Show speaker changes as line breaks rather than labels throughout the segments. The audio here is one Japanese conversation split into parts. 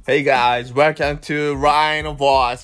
Hey guys, welcome to Rhino Voice.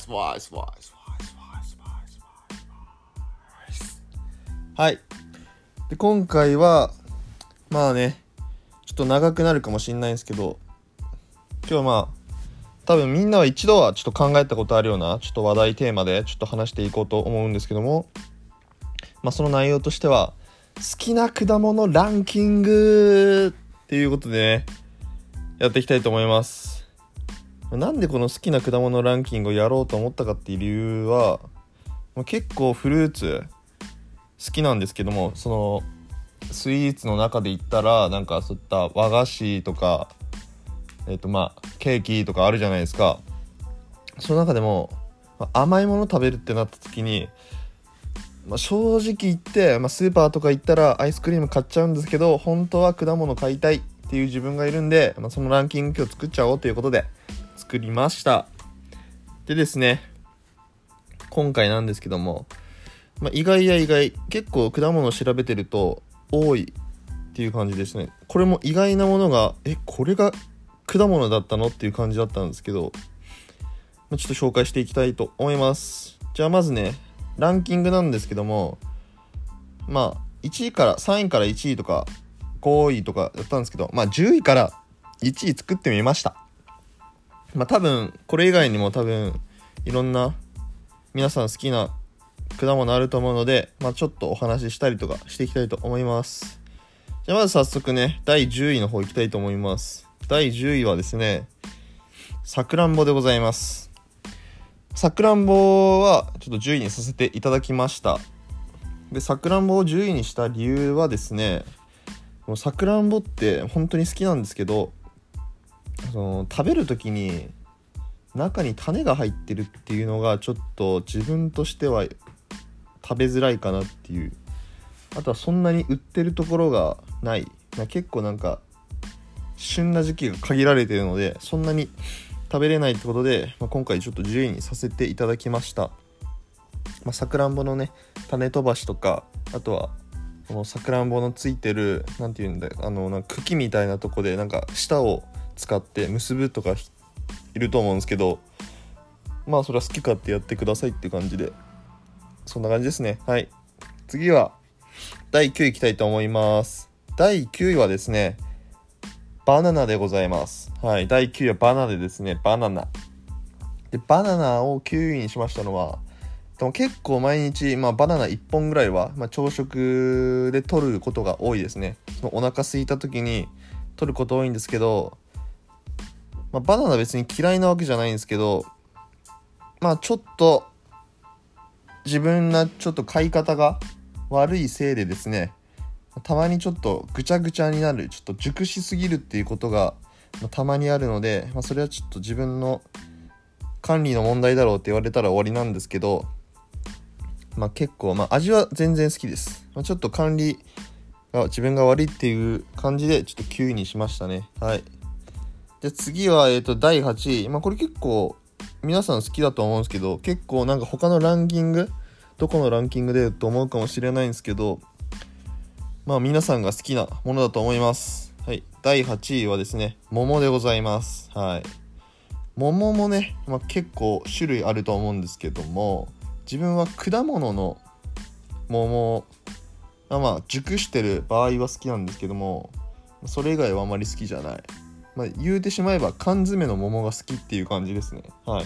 はい。で、今回は、ちょっと長くなるかもしれないんですけど、今日は多分みんなは一度はちょっと考えたことあるような、ちょっと話題テーマでちょっと話していこうと思うんですけども、その内容としては、好きな果物ランキングっていうことでね、やっていきたいと思います。なんでこの好きな果物ランキングをやろうと思ったかっていう理由は、結構フルーツ好きなんですけども、そのスイーツの中で言ったらなんかそういった和菓子とかケーキとかあるじゃないですか。その中でも甘いもの食べるってなった時に、正直言って、スーパーとか行ったらアイスクリーム買っちゃうんですけど、本当は果物買いたいっていう自分がいるんで、そのランキング今日作っちゃおうということで作りました。でですね、今回なんですけども、意外や意外、結構果物を調べてると多いっていう感じですね。これも意外なものが、これが果物だったのっていう感じだったんですけど、ちょっと紹介していきたいと思います。じゃあまずね、ランキングなんですけども、1位から3位から1位とか5位とかやったんですけど、10位から1位作ってみました。多分これ以外にもいろんな皆さん好きな果物あると思うので、ちょっとお話ししたりとかしていきたいと思います。じゃあまず早速ね、第10位の方行きたいと思います。第10位はですね、さくらんぼでございます。さくらんぼはちょっと10位にさせていただきました。で、さくらんぼを10位にした理由はですね、さくらんぼって本当に好きなんですけど、食べる時に中に種が入ってるっていうのがちょっと自分としては食べづらいかなっていう。あとはそんなに売ってるところがない。結構旬な時期が限られているので、そんなに食べれないってことで、今回ちょっと10位にさせていただきました。さくらんぼのね、種飛ばしとか、あとはこのさくらんぼのついてる茎みたいなとこで舌を使って結ぶとかいると思うんですけど、それは好き勝手やってくださいっていう感じで、そんな感じですね。はい。次は第9位いきたいと思います。第9位はですね、バナナでございます。はい。第9位はバナナでですね、バナナを9位にしましたのは、でも結構毎日、バナナ1本ぐらいは、朝食で取ることが多いですね。そのお腹空いた時に取ること多いんですけど、バナナ別に嫌いなわけじゃないんですけど、ちょっと自分がちょっと買い方が悪いせいでですね、たまにちょっとぐちゃぐちゃになる、ちょっと熟しすぎるっていうことがたまにあるので、それはちょっと自分の管理の問題だろうって言われたら終わりなんですけど、結構味は全然好きです。ちょっと管理が自分が悪いっていう感じでちょっと9位にしましたね。はい。じゃあ次は第8位。これ結構皆さん好きだと思うんですけど、結構他のランキング、どこのランキングでと思うかもしれないんですけど、皆さんが好きなものだと思います。はい。第8位はですね、桃でございます。はい。桃もね、結構種類あると思うんですけども、自分は果物の桃が熟してる場合は好きなんですけども、それ以外はあまり好きじゃない。言うてしまえば缶詰の桃が好きっていう感じですね。はい。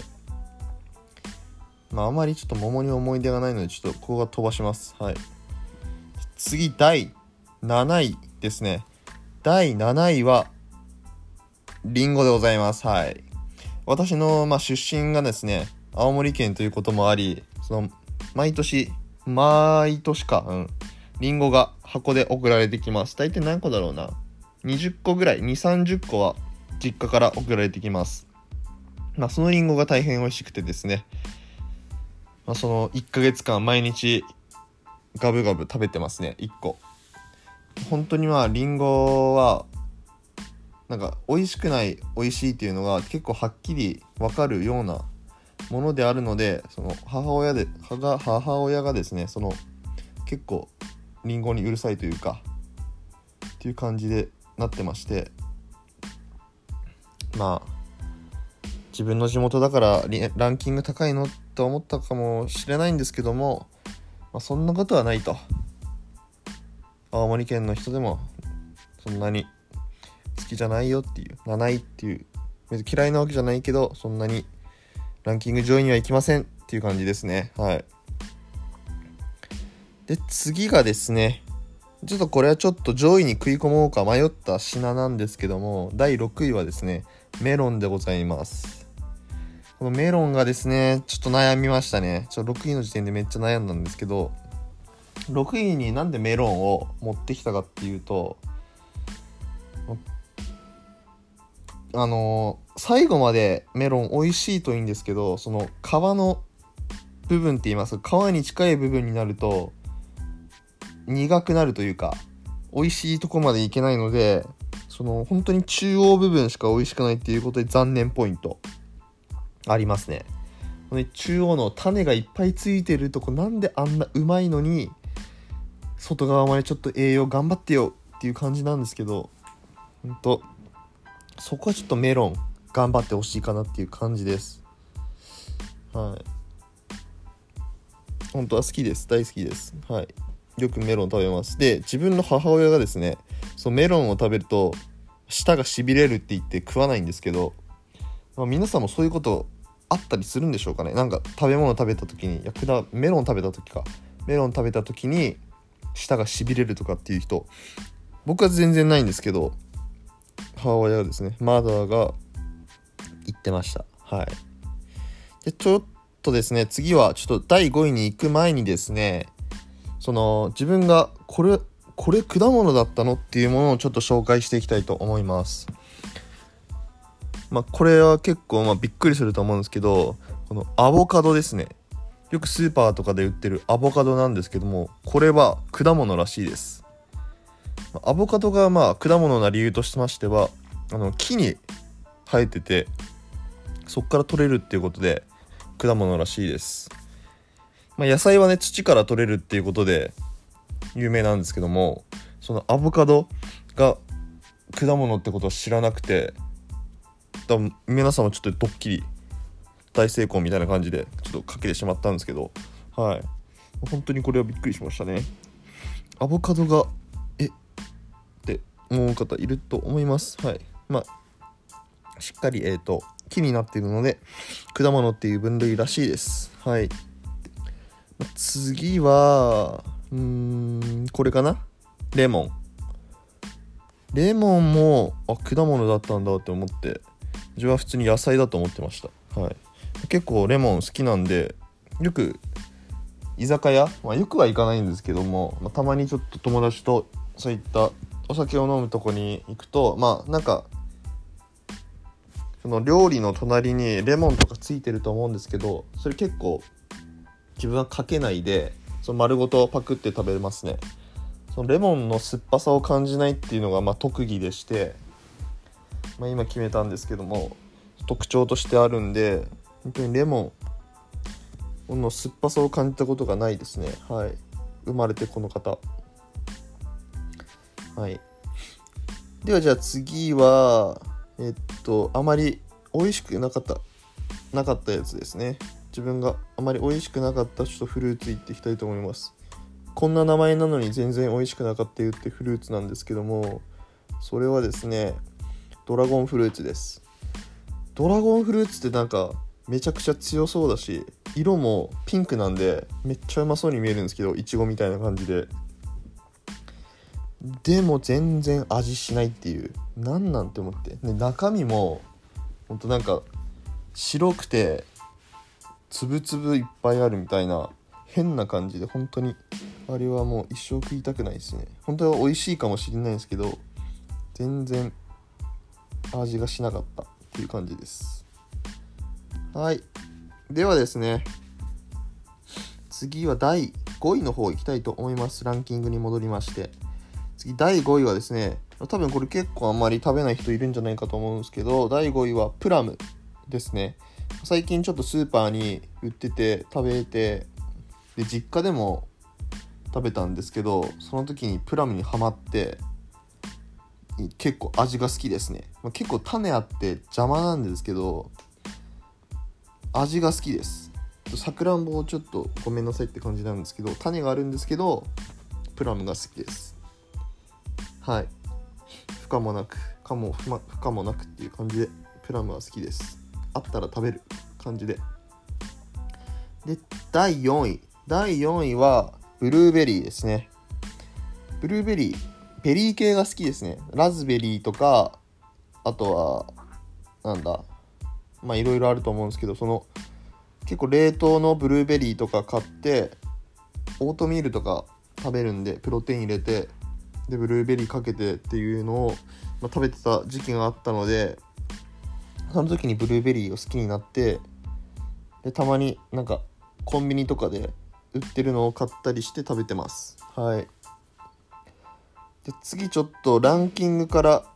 あまりちょっと桃に思い出がないので、ちょっとここが飛ばします。はい。次、第7位ですね。第7位はリンゴでございます。はい。私の出身がですね、青森県ということもあり、毎年リンゴが箱で送られてきます。大体何個だろうな。20個ぐらい、2、30個は実家から送られてきます。そのリンゴが大変美味しくてですね、その1ヶ月間毎日ガブガブ食べてますね、1個。本当にリンゴは美味しくない美味しいっていうのが結構はっきり分かるようなものであるので、その母親がですね、結構リンゴにうるさいというかっていう感じでなってまして、 自分の地元だからランキング高いのと思ったかもしれないんですけども、そんなことはないと。青森県の人でもそんなに好きじゃないよっていう、7位っていう、別に嫌いなわけじゃないけど、そんなにランキング上位にはいきませんっていう感じですね。はい。で、次がですね、ちょっとこれはちょっと上位に食い込もうか迷った品なんですけども、第6位はですね、メロンでございます。このメロンがですね、ちょっと悩みましたね。6位の時点でめっちゃ悩んだんですけど、6位になんでメロンを持ってきたかっていうと、最後までメロン美味しいといいんですけど、その皮の部分って言いますか、皮に近い部分になると苦くなるというか、美味しいとこまでいけないので、その本当に中央部分しか美味しくないっていうことで残念ポイントありますね。中央の種がいっぱいついてるとこ、なんであんなうまいのに外側までちょっと栄養頑張ってよっていう感じなんですけど、そこはちょっとメロン頑張ってほしいかなっていう感じです。はい。本当は好きです。大好きです。はい。よくメロン食べます。で、自分の母親がですね、そのメロンを食べると舌がしびれるって言って食わないんですけど、皆さんもそういうことあったりするんでしょうかね。なんか食べ物食べた時に、メロン食べた時に舌がしびれるとかっていう人、僕は全然ないんですけど、母親がですね、マザーが言ってました。はい。で、ちょっとですね、次はちょっと第5位に行く前にですね、その自分がこれ果物だったのっていうものをちょっと紹介していきたいと思います。これは結構びっくりすると思うんですけど、このアボカドですね。よくスーパーとかで売ってるアボカドなんですけども、これは果物らしいです。アボカドが果物な理由としましては、木に生えててそこから取れるっていうことで果物らしいです。野菜はね、土から取れるっていうことで有名なんですけども、そのアボカドが果物ってことを知らなくて、多分皆さんもちょっとドッキリ大成功みたいな感じでちょっとかけてしまったんですけど、はい、本当にこれはびっくりしましたね。アボカドがって思う方いると思います。はい。しっかり木になっているので果物っていう分類らしいです。はい。次はこれかな。レモンも果物だったんだって思って、自分は普通に野菜だと思ってました。はい。結構レモン好きなんで、よく居酒屋、よくは行かないんですけども、たまにちょっと友達とそういったお酒を飲むとこに行くと、なんかその料理の隣にレモンとかついてると思うんですけど、それ結構自分はかけないで、その丸ごとパクって食べますね。そのレモンの酸っぱさを感じないっていうのが特技でして、今決めたんですけども、特徴としてあるんで、本当にレモンの酸っぱさを感じたことがないですね。はい。生まれてこの方。はい。ではじゃあ次はあまり美味しくなかったやつですね。自分があまり美味しくなかったちょっとフルーツいっていきたいと思います。こんな名前なのに全然美味しくなかったってフルーツなんですけども、それはですね、ドラゴンフルーツです。ドラゴンフルーツってなんかめちゃくちゃ強そうだし、色もピンクなんでめっちゃうまそうに見えるんですけど、イチゴみたいな感じで、でも全然味しないっていう、なんて思って、中身もほんとなんか白くてつぶつぶいっぱいあるみたいな変な感じで、本当にあれはもう一生食いたくないですね。本当は美味しいかもしれないんですけど、全然味がしなかったっていう感じです。はい。ではですね、次は第5位の方行きたいと思います。ランキングに戻りまして、次第5位はですね、多分これ結構あんまり食べない人いるんじゃないかと思うんですけど、第5位はプラムですね。最近ちょっとスーパーに売ってて食べて、で実家でも食べたんですけど、その時にプラムにハマって結構味が好きですね。結構種あって邪魔なんですけど、 味が好きです。さくらんぼをちょっとごめんなさいって感じなんですけど、種があるんですけどプラムが好きです。はい、不可もなく不可もなくっていう感じでプラムは好きです。あったら食べる感じで。で第4位はブルーベリーですね。ブルーベリー、ベリー系が好きですね。ラズベリーとか、あとはまあいろいろあると思うんですけど、その結構冷凍のブルーベリーとか買ってオートミールとか食べるんで、プロテイン入れてでブルーベリーかけてっていうのを、食べてた時期があったので、その時にブルーベリーを好きになって、でたまになんかコンビニとかで売ってるのを買ったりして食べてます。はい。で次ちょっとランキングから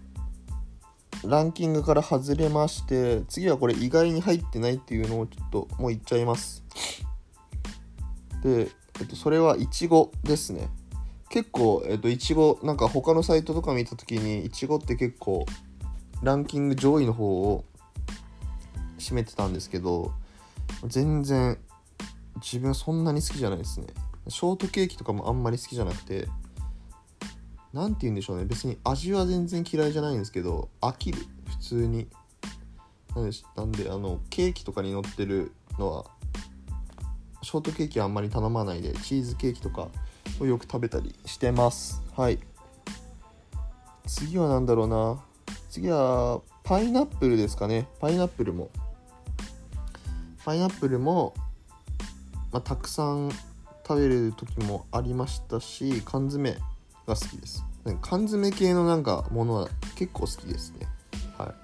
外れまして、次はこれ意外に入ってないっていうのをちょっともう言っちゃいます。で、それはイチゴですね。結構イチゴなんか他のサイトとか見た時にイチゴって結構ランキング上位の方を占めてたんですけど、全然自分そんなに好きじゃないですね。ショートケーキとかもあんまり好きじゃなくて、なんて言うんでしょうね、別に味は全然嫌いじゃないんですけど飽きる、普通に。なんでケーキとかに乗ってるのはショートケーキはあんまり頼まないで、チーズケーキとかをよく食べたりしてます。はい。次はなんだろうな、次はパイナップルですかね。パイナップルも、たくさん食べる時もありましたし、缶詰が好きです。缶詰系のなんかものは結構好きですね。はい。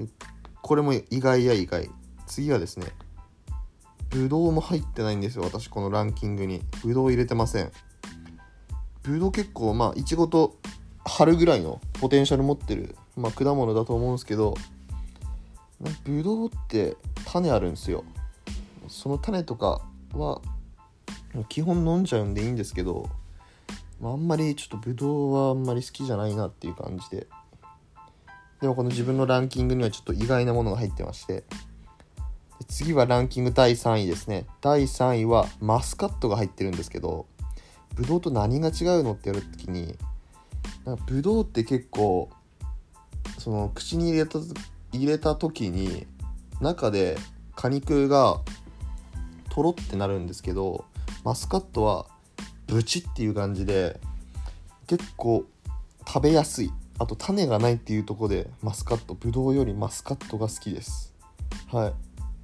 でこれも意外や意外。次はですね、ぶどうも入ってないんですよ。私このランキングにぶどう入れてません。ぶどう結構いちごと春ぐらいのポテンシャル持ってる、果物だと思うんですけど、ぶどうって種あるんですよ。その種とかは基本飲んじゃうんでいいんですけど、あんまりちょっとぶどうはあんまり好きじゃないなっていう感じで、でもこの自分のランキングにはちょっと意外なものが入ってまして、次はランキング第3位ですね。第3位はマスカットが入ってるんですけど、ぶどうと何が違うのって言われた時に、ぶどうって結構その口に入れた時に中で果肉がとろってなるんですけど、マスカットはブチっていう感じで結構食べやすい。あと種がないっていうところでぶどうよりマスカットが好きです。はい。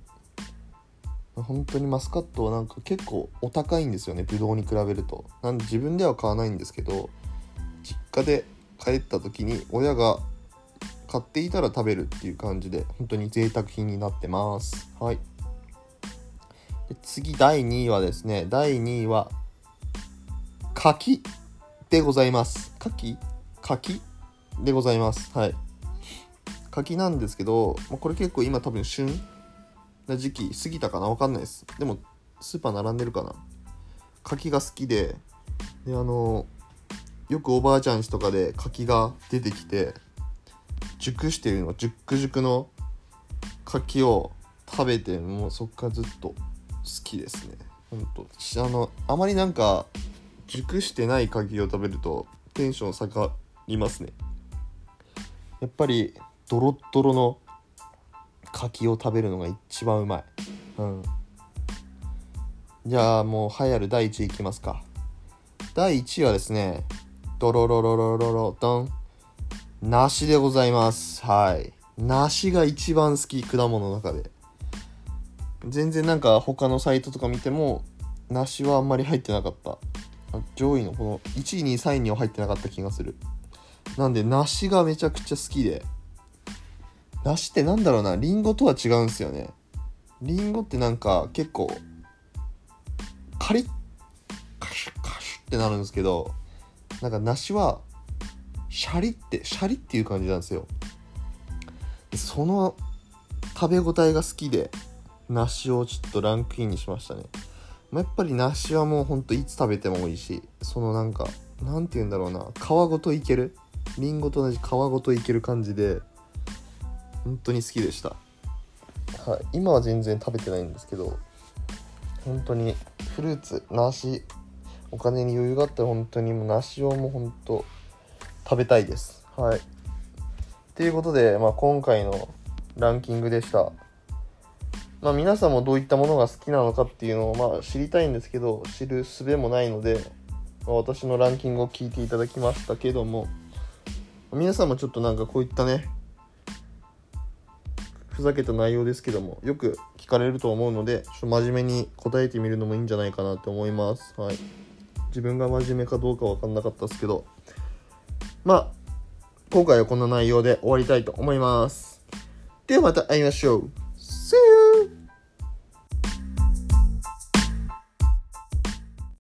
本当にマスカットはなんか結構お高いんですよね、ぶどうに比べると。なんで自分では買わないんですけど、実家で帰った時に親が買っていたら食べるっていう感じで、本当に贅沢品になってます。はい。で次第2位はですね、第2位は柿でございます。柿でございます。はい。柿なんですけど、これ結構今多分旬な時期過ぎたかな、わかんないです。でもスーパー並んでるかな。柿が好きで、よくおばあちゃん家とかで柿が出てきて熟してるの、熟の柿を食べて、もうそっからずっと好きですね。あまりなんか熟してない柿を食べるとテンション下がりますね。やっぱりドロッドロの柿を食べるのが一番うまい。じゃあもう栄えある第1位いきますか。第1位はですね、ドロロロロロロドン、梨でございます。はい。梨が一番好き、果物の中で。全然なんか他のサイトとか見ても梨はあんまり入ってなかった。上位のこの1位2位3位には入ってなかった気がする。なんで梨がめちゃくちゃ好きで、梨ってなんだろうな、リンゴとは違うんですよね。リンゴってなんか結構カリッカシュってなるんですけど、なんか梨はシャリっていう感じなんですよ。その食べ応えが好きで梨をちょっとランクインにしましたね。やっぱり梨はもうほんといつ食べてもいいし、そのなんかなんて言うんだろうな、皮ごといける、リンゴと同じ皮ごといける感じで本当に好きでした。 はい、今は全然食べてないんですけど、本当にフルーツ、梨、お金に余裕があったら本当にもう梨をもう本当食べたいです。はい。ということで、今回のランキングでした。皆さんもどういったものが好きなのかっていうのを知りたいんですけど、知る術もないので、私のランキングを聞いていただきましたけども、皆さんもちょっとなんかこういったね、ふざけた内容ですけども、よく聞かれると思うので、ちょっと真面目に答えてみるのもいいんじゃないかなと思います。はい。自分が真面目かどうか分かんなかったですけど、今回はこんな内容で終わりたいと思います。ではまた会いましょう。